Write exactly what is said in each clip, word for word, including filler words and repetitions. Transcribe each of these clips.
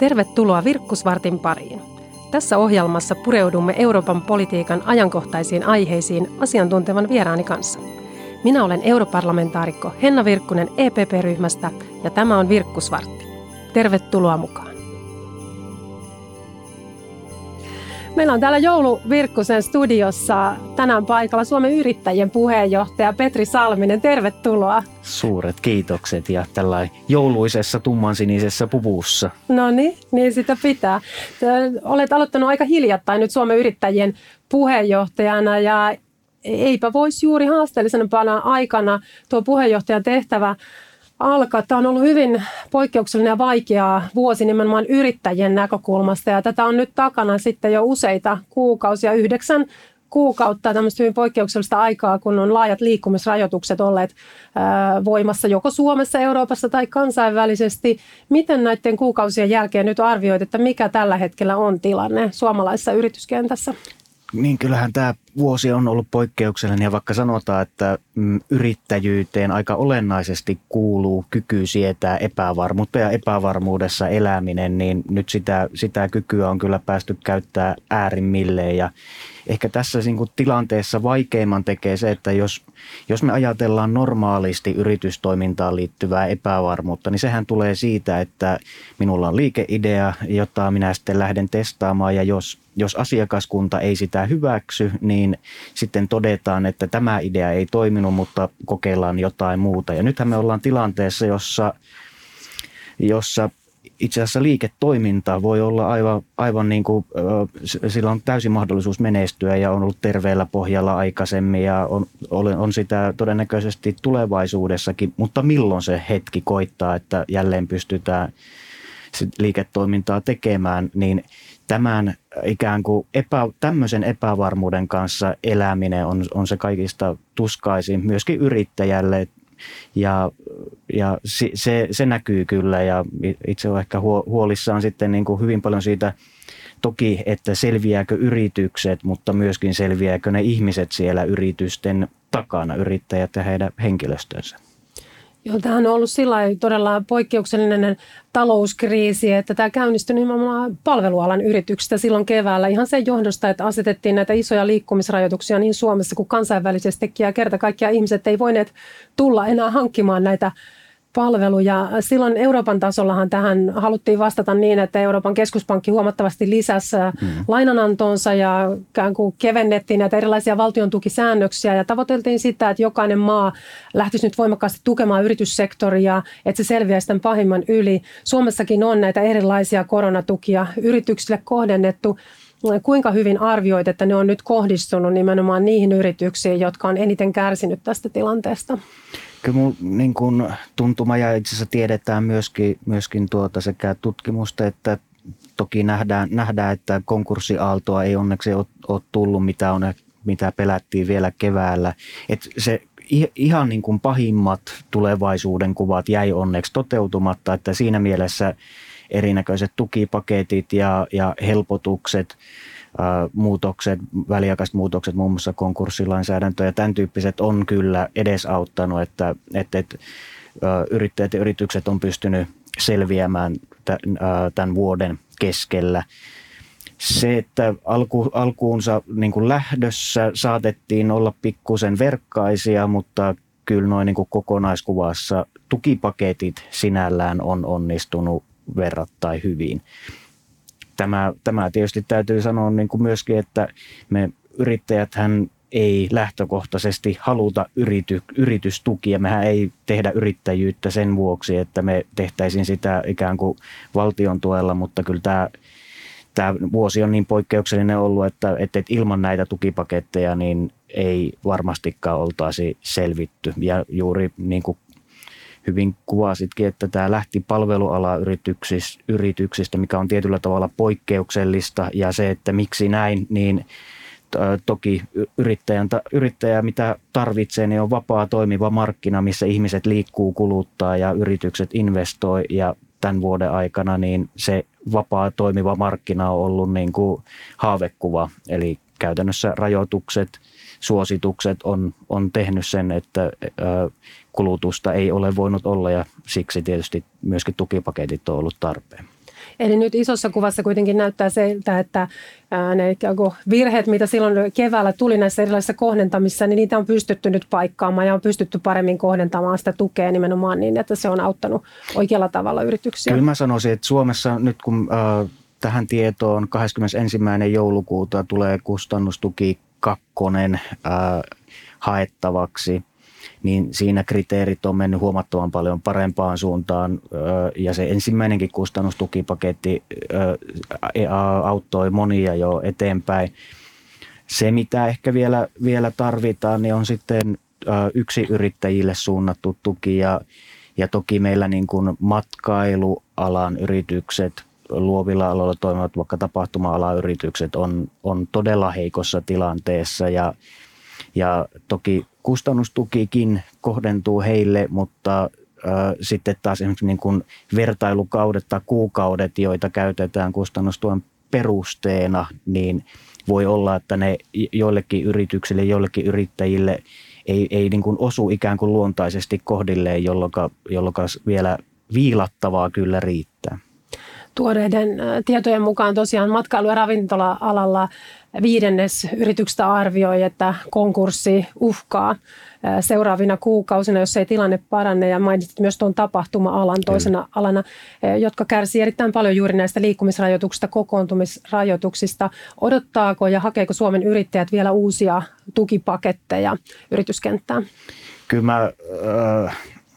Tervetuloa Virkkusvartin pariin. Tässä ohjelmassa pureudumme Euroopan politiikan ajankohtaisiin aiheisiin asiantuntevan vieraani kanssa. Minä olen europarlamentaarikko Henna Virkkunen E P P-ryhmästä ja tämä on Virkkusvartti. Tervetuloa mukaan. Meillä on täällä Joulu Virkkusen studiossa tänään paikalla Suomen yrittäjien puheenjohtaja Petri Salminen. Tervetuloa. Suuret kiitokset ja tällainen jouluisessa tummansinisessä puvussa. No niin, niin sitä pitää. Olet aloittanut aika hiljattain nyt Suomen yrittäjien puheenjohtajana ja eipä voisi juuri haasteellisempana aikana tuo puheenjohtajan tehtävä alkaa. Tämä on ollut hyvin poikkeuksellinen ja vaikea vuosi nimenomaan yrittäjien näkökulmasta ja tätä on nyt takana sitten jo useita kuukausia, yhdeksän kuukautta tämmöistä hyvin poikkeuksellista aikaa, kun on laajat liikkumisrajoitukset olleet ää, voimassa joko Suomessa, Euroopassa tai kansainvälisesti. Miten näiden kuukausien jälkeen nyt arvioit, että mikä tällä hetkellä on tilanne suomalaisessa yrityskentässä? Niin kyllähän tämä vuosi on ollut poikkeuksellinen ja vaikka sanotaan, että yrittäjyyteen aika olennaisesti kuuluu kyky sietää epävarmuutta ja epävarmuudessa eläminen, niin nyt sitä, sitä kykyä on kyllä päästy käyttää äärimmilleen ja ehkä tässä tilanteessa vaikeimman tekee se, että jos, jos me ajatellaan normaalisti yritystoimintaan liittyvää epävarmuutta, niin sehän tulee siitä, että minulla on liikeidea, jota minä sitten lähden testaamaan ja jos, jos asiakaskunta ei sitä hyväksy, niin sitten todetaan, että tämä idea ei toiminut, mutta kokeillaan jotain muuta. Ja nythän me ollaan tilanteessa, jossa, jossa itse asiassa liiketoiminta voi olla aivan, aivan niin kuin, sillä on täysin mahdollisuus menestyä ja on ollut terveellä pohjalla aikaisemmin ja on, on sitä todennäköisesti tulevaisuudessakin, mutta milloin se hetki koittaa, että jälleen pystytään liiketoimintaa tekemään, niin tämän ikään kuin epä, tämmöisen epävarmuuden kanssa eläminen on, on se kaikista tuskaisin myöskin yrittäjälle. Ja, ja se, se näkyy kyllä ja itse olen ehkä huolissaan sitten niin kuin hyvin paljon siitä toki, että selviääkö yritykset, mutta myöskin selviääkö ne ihmiset siellä yritysten takana, yrittäjät ja heidän henkilöstönsä. Joo, tämähän on ollut sillä todella poikkeuksellinen talouskriisi, että tämä käynnistyi nimenomaan palvelualan yrityksistä silloin keväällä ihan sen johdosta, että asetettiin näitä isoja liikkumisrajoituksia niin Suomessa kuin kansainvälisestikin ja kerta kaikkiaan ihmiset ei voineet tulla enää hankkimaan näitä palveluja. Silloin Euroopan tasollahan tähän haluttiin vastata niin, että Euroopan keskuspankki huomattavasti lisäsi mm. lainanantonsa ja kevennettiin näitä erilaisia valtion tukisäännöksiä ja tavoiteltiin sitä, että jokainen maa lähtisi nyt voimakkaasti tukemaan yrityssektoria, että se selviäisi tämän pahimman yli. Suomessakin on näitä erilaisia koronatukia yrityksille kohdennettu. Kuinka hyvin arvioit, että ne on nyt kohdistunut nimenomaan niihin yrityksiin, jotka on eniten kärsinyt tästä tilanteesta? Kyllä mun niin kun tuntuma ja itse asiassa tiedetään myöskin, myöskin tuota sekä tutkimusta, että toki nähdään, nähdään että konkurssiaaltoa ei onneksi ole, ole tullut, mitä, on, mitä pelättiin vielä keväällä. Et se ihan niin kuin pahimmat tulevaisuuden kuvat jäi onneksi toteutumatta, että siinä mielessä erinäköiset tukipaketit ja, ja helpotukset, muutokset, väliaikaiset muutokset, muun muassa konkurssilainsäädäntö ja tämän tyyppiset on kyllä edesauttanut, että, että, että yrittäjät ja yritykset on pystynyt selviämään tämän vuoden keskellä. Se, että alku, alkuunsa niin kuin lähdössä saatettiin olla pikkusen verkkaisia, mutta kyllä noin niin kuin kokonaiskuvassa tukipaketit sinällään on onnistunut verrattain hyvin. Tämä, tämä tietysti täytyy sanoa niin kuin myöskin, että me yrittäjäthän ei lähtökohtaisesti haluta yrity, yritystukia. Mehän ei tehdä yrittäjyyttä sen vuoksi, että me tehtäisiin sitä ikään kuin valtion tuella, mutta kyllä tämä, tämä vuosi on niin poikkeuksellinen ollut, että, että ilman näitä tukipaketteja niin ei varmastikaan oltaisi selvitty. Ja juuri niin kuin hyvin kuvasitkin, että tämä lähti palveluala yrityksistä, mikä on tietyllä tavalla poikkeuksellista ja se, että miksi näin, niin toki yrittäjän, yrittäjä mitä tarvitsee, niin on vapaa toimiva markkina, missä ihmiset liikkuu, kuluttaa ja yritykset investoi ja tämän vuoden aikana niin se vapaa toimiva markkina on ollut niin kuin haavekuva, eli käytännössä rajoitukset, suositukset on, on tehnyt sen, että kulutusta ei ole voinut olla ja siksi tietysti myöskin tukipaketit on ollut tarpeen. Eli nyt isossa kuvassa kuitenkin näyttää siltä, että ne virheet, mitä silloin keväällä tuli näissä erilaisissa kohdentamissa, niin niitä on pystytty nyt paikkaamaan ja on pystytty paremmin kohdentamaan sitä tukea nimenomaan niin, että se on auttanut oikealla tavalla yrityksiä. Kyllä mä sanoisin, että Suomessa nyt kun äh, tähän tietoon kahdeskymmenesensimmäinen joulukuuta tulee kustannustuki kakkonen äh, haettavaksi, niin siinä kriteerit on mennyt huomattavan paljon parempaan suuntaan ja se ensimmäinenkin kustannustukipaketti auttoi monia jo eteenpäin. Se, mitä ehkä vielä, vielä tarvitaan, niin on sitten yksi yrittäjille suunnattu tuki ja, ja toki meillä niin kuin matkailualan yritykset, luovilla aloilla toimivat vaikka tapahtuma-alan yritykset on, on todella heikossa tilanteessa ja, ja toki kustannustukikin kohdentuu heille, mutta äh, sitten taas esimerkiksi niin kuin vertailukaudet tai kuukaudet, joita käytetään kustannustuen perusteena, niin voi olla, että ne joillekin yrityksille, joillekin yrittäjille ei, ei niin kuin osu ikään kuin luontaisesti kohdilleen, jolloin, jolloin vielä viilattavaa kyllä riittää. Tuoreiden tietojen mukaan tosiaan matkailu- ja ravintola-alalla viidennes yrityksestä arvioi, että konkurssi uhkaa seuraavina kuukausina, jos ei tilanne parane. Ja mainitsit myös tuon tapahtuma-alan toisena alana, jotka kärsii erittäin paljon juuri näistä liikkumisrajoituksista, kokoontumisrajoituksista. Odottaako ja hakeeko Suomen yrittäjät vielä uusia tukipaketteja yrityskenttään? Kyllä mä... Äh...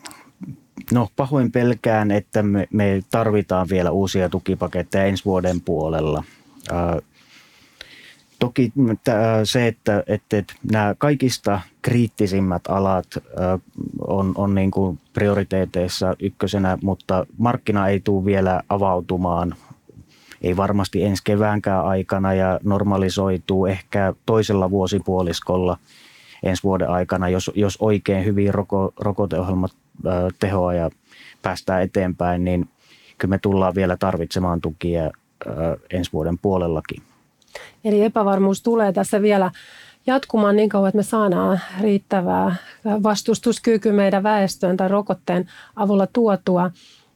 No pahoin pelkään, että me, me tarvitaan vielä uusia tukipaketteja ensi vuoden puolella. Ää, toki tää, se, että, että, että nämä kaikista kriittisimmät alat ää, on, on niin kuin prioriteeteissa ykkösenä, mutta markkina ei tule vielä avautumaan. Ei varmasti ensi keväänkään aikana ja normalisoituu ehkä toisella vuosipuoliskolla ensi vuoden aikana, jos, jos oikein hyvin roko, rokoteohjelmat tehoa ja päästään eteenpäin, niin kyllä me tullaan vielä tarvitsemaan tukia ensi vuoden puolellakin. Eli epävarmuus tulee tässä vielä jatkumaan niin kauan, että me saadaan riittävää vastustuskyky meidän väestöön tai rokotteen avulla tuotua.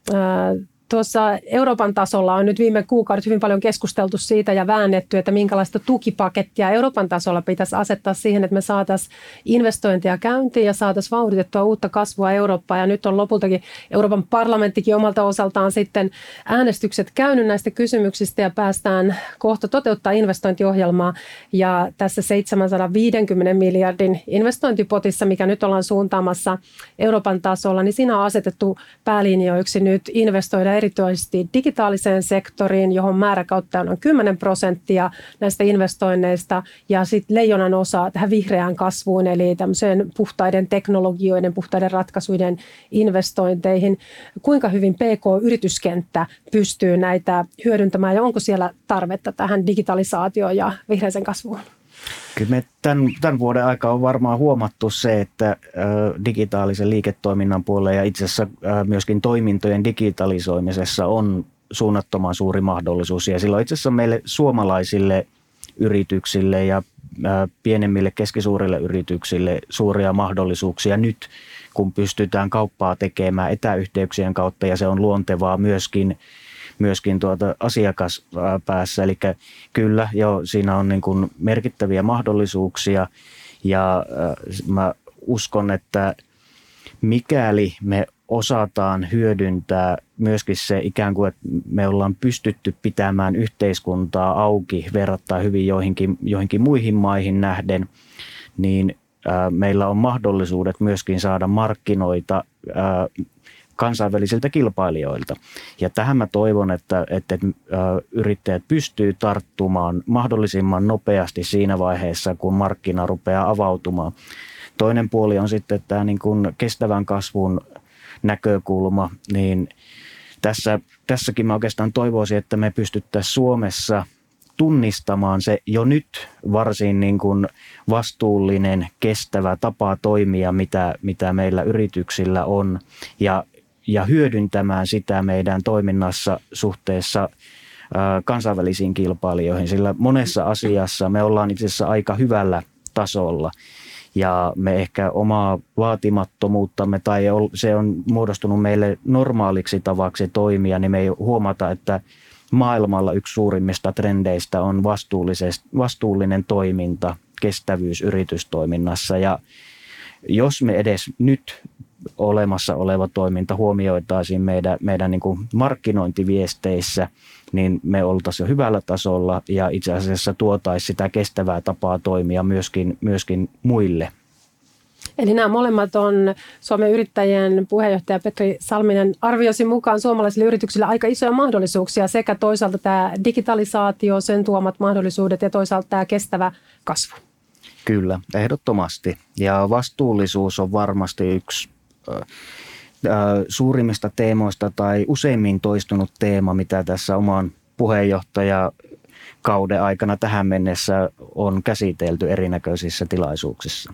Tuossa Euroopan tasolla on nyt viime kuukaudet hyvin paljon keskusteltu siitä ja väännetty, että minkälaista tukipakettia Euroopan tasolla pitäisi asettaa siihen, että me saataisiin investointeja käyntiin ja saataisiin vauhditettua uutta kasvua Eurooppaan. Ja nyt on lopultakin Euroopan parlamenttikin omalta osaltaan sitten äänestykset käynyt näistä kysymyksistä ja päästään kohta toteuttaa investointiohjelmaa. Ja tässä seitsemänsataaviisikymmentä miljardin investointipotissa, mikä nyt ollaan suuntaamassa Euroopan tasolla, niin siinä on asetettu päälinjoiksi nyt investoida erityisesti digitaaliseen sektoriin, johon määräkautta on noin kymmenen prosenttia näistä investoinneista ja sitten leijonan osa tähän vihreään kasvuun, eli tämmöiseen puhtaiden teknologioiden, puhtaiden ratkaisuiden investointeihin. Kuinka hyvin P K-yrityskenttä pystyy näitä hyödyntämään ja onko siellä tarvetta tähän digitalisaatioon ja vihreäseen kasvuun? Kyllä me tämän, tämän vuoden aikaa on varmaan huomattu se, että digitaalisen liiketoiminnan puolella ja itse asiassa myöskin toimintojen digitalisoimisessa on suunnattoman suuri mahdollisuus. Ja silloin itse asiassa meille suomalaisille yrityksille ja pienemmille keskisuurille yrityksille suuria mahdollisuuksia nyt, kun pystytään kauppaa tekemään etäyhteyksien kautta ja se on luontevaa myöskin myöskin tuota asiakaspäässä. Eli kyllä, jo siinä on niin kuin merkittäviä mahdollisuuksia ja äh, mä uskon, että mikäli me osataan hyödyntää myöskin se ikään kuin, että me ollaan pystytty pitämään yhteiskuntaa auki verrattain hyvin joihinkin, joihinkin muihin maihin nähden, niin äh, meillä on mahdollisuudet myöskin saada markkinoita äh, kansainvälisiltä kilpailijoilta. Ja tähän mä toivon, että, että yrittäjät pystyy tarttumaan mahdollisimman nopeasti siinä vaiheessa, kun markkina rupeaa avautumaan. Toinen puoli on sitten tämä niin kuin kestävän kasvun näkökulma, niin tässä, tässäkin mä oikeastaan toivoisin, että me pystyttäisiin Suomessa tunnistamaan se jo nyt varsin niin kuin vastuullinen, kestävä tapa toimia, mitä, mitä meillä yrityksillä on, ja ja hyödyntämään sitä meidän toiminnassa suhteessa kansainvälisiin kilpailijoihin, sillä monessa asiassa me ollaan itse asiassa aika hyvällä tasolla ja me ehkä omaa vaatimattomuuttamme tai se on muodostunut meille normaaliksi tavaksi toimia, niin me ei huomata, että maailmalla yksi suurimmista trendeistä on vastuullinen toiminta, kestävyys yritystoiminnassa. Ja jos me edes nyt olemassa oleva toiminta huomioitaisiin meidän, meidän niin kuin markkinointiviesteissä, niin me oltaisiin jo hyvällä tasolla ja itse asiassa tuotaisiin sitä kestävää tapaa toimia myöskin, myöskin muille. Eli nämä molemmat on Suomen yrittäjien puheenjohtaja Petri Salminen arviosi mukaan suomalaisille yrityksille aika isoja mahdollisuuksia sekä toisaalta tämä digitalisaatio, sen tuomat mahdollisuudet ja toisaalta tämä kestävä kasvu. Kyllä, ehdottomasti. Ja vastuullisuus on varmasti yksi äh, suurimmista teemoista tai useimmin toistunut teema, mitä tässä oman puheenjohtajakauden aikana tähän mennessä on käsitelty erinäköisissä tilaisuuksissa.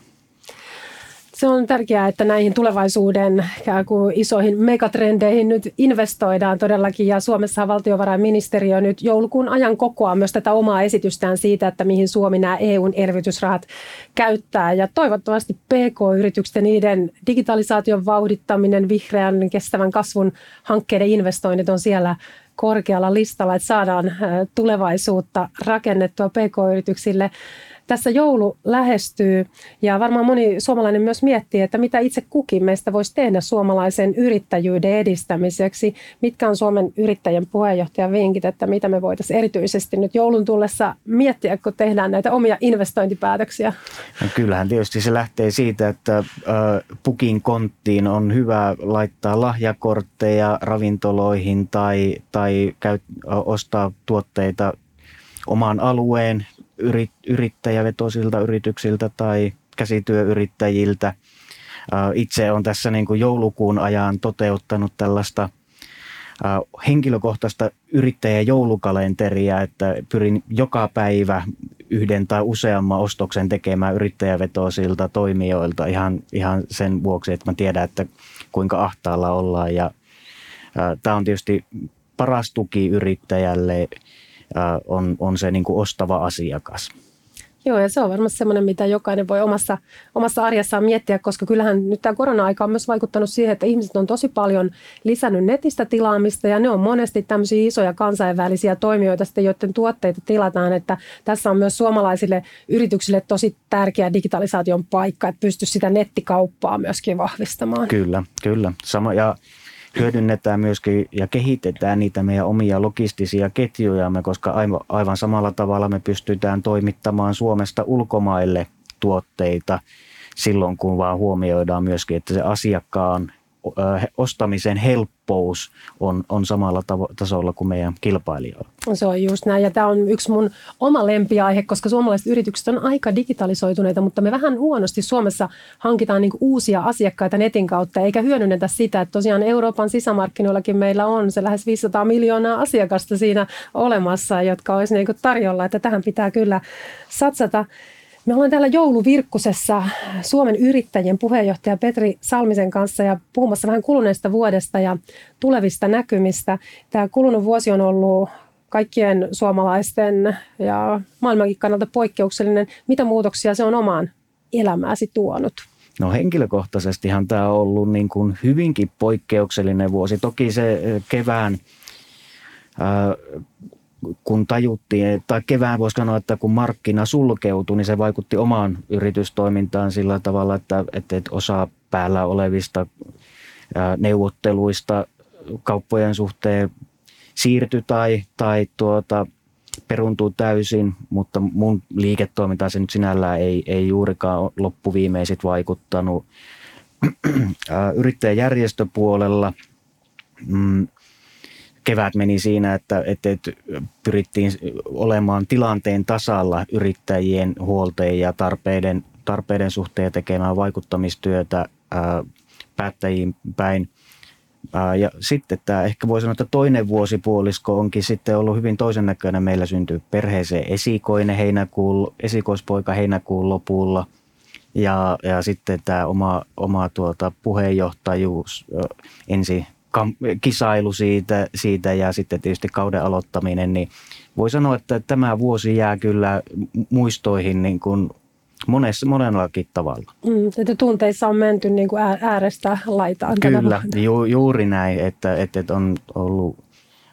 Se on tärkeää, että näihin tulevaisuuden isoihin megatrendeihin nyt investoidaan todellakin. Ja Suomessa valtiovarainministeriö nyt joulukuun ajan kokoaa myös tätä omaa esitystään siitä, että mihin Suomi nämä E U:n elvytysrahat käyttää. Ja toivottavasti P K-yritykset ja niiden digitalisaation vauhdittaminen, vihreän kestävän kasvun hankkeiden investoinnit on siellä korkealla listalla, että saadaan tulevaisuutta rakennettua P K-yrityksille. Tässä joulu lähestyy ja varmaan moni suomalainen myös miettii, että mitä itse kukin meistä voisi tehdä suomalaisen yrittäjyyden edistämiseksi. Mitkä on Suomen yrittäjien puheenjohtajan vinkit, että mitä me voitaisiin erityisesti nyt joulun tullessa miettiä, kun tehdään näitä omia investointipäätöksiä? No kyllähän tietysti se lähtee siitä, että pukin konttiin on hyvä laittaa lahjakortteja ravintoloihin tai, tai käy, ostaa tuotteita oman alueen yrittäjävetoisilta yrityksiltä tai käsityöyrittäjiltä. Itse olen tässä niin kuin joulukuun ajan toteuttanut tällaista henkilökohtaista yrittäjän joulukalenteria, että pyrin joka päivä yhden tai useamman ostoksen tekemään yrittäjävetoisilta toimijoilta ihan, ihan sen vuoksi, että mä tiedän, että kuinka ahtaalla ollaan. Ja tämä on tietysti paras tuki yrittäjälle. On, on se niin kuin ostava asiakas. Joo, ja se on varmasti semmoinen, mitä jokainen voi omassa, omassa arjessaan miettiä, koska kyllähän nyt tämä korona-aika on myös vaikuttanut siihen, että ihmiset on tosi paljon lisännyt netistä tilaamista, ja ne on monesti tämmöisiä isoja kansainvälisiä toimijoita, sitten, joiden tuotteita tilataan, että tässä on myös suomalaisille yrityksille tosi tärkeä digitalisaation paikka, että pystyisi sitä nettikauppaa myöskin vahvistamaan. Kyllä, kyllä. Sama, ja hyödynnetään myöskin ja kehitetään niitä meidän omia logistisia ketjujamme, koska aivan samalla tavalla me pystytään toimittamaan Suomesta ulkomaille tuotteita silloin, kun vaan huomioidaan myöskin, että se asiakkaan ostamisen helppous on, on samalla tavo- tasolla kuin meidän kilpailijoilla. Se on just näin, ja tämä on yksi mun oma lempiaihe, koska suomalaiset yritykset on aika digitalisoituneita, mutta me vähän huonosti Suomessa hankitaan niinku uusia asiakkaita netin kautta, eikä hyödynnetä sitä, että tosiaan Euroopan sisämarkkinoillakin meillä on se lähes viisisataa miljoonaa asiakasta siinä olemassa, jotka olisi niinku tarjolla, että tähän pitää kyllä satsata. Me ollaan täällä jouluvirkkusessa Suomen yrittäjien puheenjohtaja Petri Salmisen kanssa ja puhumassa vähän kuluneesta vuodesta ja tulevista näkymistä. Tämä kulunut vuosi on ollut kaikkien suomalaisten ja maailmankin kannalta poikkeuksellinen. Mitä muutoksia se on omaan elämääsi tuonut? No henkilökohtaisestihan tämä on ollut niin kuin hyvinkin poikkeuksellinen vuosi. Toki se kevään... Ää, kun tajuttiin, tai kevään voisi sanoa, että kun markkina sulkeutui, niin se vaikutti omaan yritystoimintaan sillä tavalla, että, että osa päällä olevista neuvotteluista kauppojen suhteen siirtyi tai, tai tuota, peruntui täysin, mutta mun liiketoimintaan se nyt sinällään ei, ei juurikaan loppuviimeisit vaikuttanut. Yrittäjäjärjestöpuolella mm, kevät meni siinä, että, että pyrittiin olemaan tilanteen tasalla yrittäjien huolteen ja tarpeiden, tarpeiden suhteen tekemään vaikuttamistyötä ää, päättäjiin päin. Ää, ja sitten tämä ehkä voi sanoa, että toinen vuosipuolisko onkin sitten ollut hyvin toisen näköinen. Meillä syntyi perheeseen esikoinen heinäkuun, esikoispoika heinäkuun lopulla. Ja, ja sitten tämä oma, oma tuota puheenjohtajuus ensi kisailu siitä, siitä ja sitten tietysti kauden aloittaminen, niin voi sanoa, että tämä vuosi jää kyllä muistoihin niin kuin monessa, monellakin tavalla. Mm, että tunteissa on menty niin kuin äärestä laitaan. Kyllä, ju, juuri näin, että, että on ollut,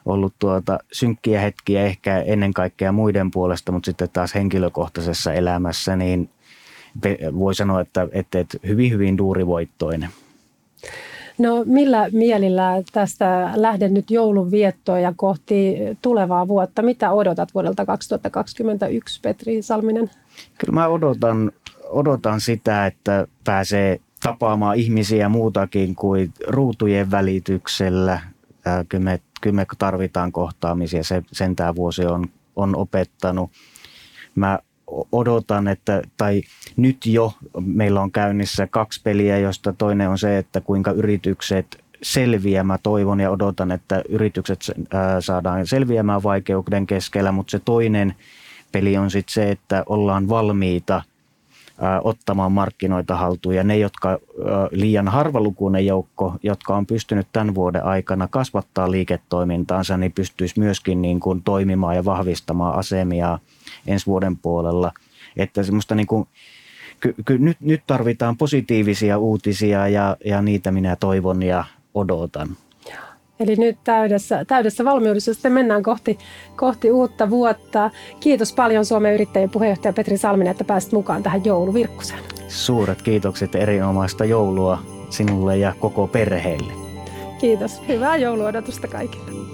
ollut tuota synkkiä hetkiä ehkä ennen kaikkea muiden puolesta, mutta sitten taas henkilökohtaisessa elämässä, niin voi sanoa, että, että, että hyvin, hyvin duurivoittoinen. No millä mielillä tästä lähden nyt joulunviettoon ja kohti tulevaa vuotta? Mitä odotat vuodelta kaksituhattakaksikymmentäyksi, Petri Salminen? Kyllä mä odotan, odotan sitä, että pääsee tapaamaan ihmisiä muutakin kuin ruutujen välityksellä. Kyllä me, kyllä me tarvitaan kohtaamisia, se, sen tämä vuosi on, on opettanut. Mä odotan, että, tai nyt jo meillä on käynnissä kaksi peliä, josta toinen on se, että kuinka yritykset selviää. Mä toivon ja odotan, että yritykset saadaan selviämään vaikeuden keskellä, mutta se toinen peli on sitten se, että ollaan valmiita ottamaan markkinoita haltuun. Ja ne, jotka liian harvalukuinen joukko, jotka on pystynyt tämän vuoden aikana kasvattaa liiketoimintaansa, niin pystyisi myöskin niin kuin toimimaan ja vahvistamaan asemia ensi vuoden puolella. Että semmoista niin kuin, ky, ky, nyt, nyt tarvitaan positiivisia uutisia ja, ja niitä minä toivon ja odotan. Eli nyt täydessä, täydessä valmiudessa sitten mennään kohti, kohti uutta vuotta. Kiitos paljon Suomen Yrittäjien puheenjohtaja Petri Salminen, että pääsit mukaan tähän jouluvirkkuseen. Suuret kiitokset, erinomaista joulua sinulle ja koko perheelle. Kiitos. Hyvää jouluodotusta kaikille.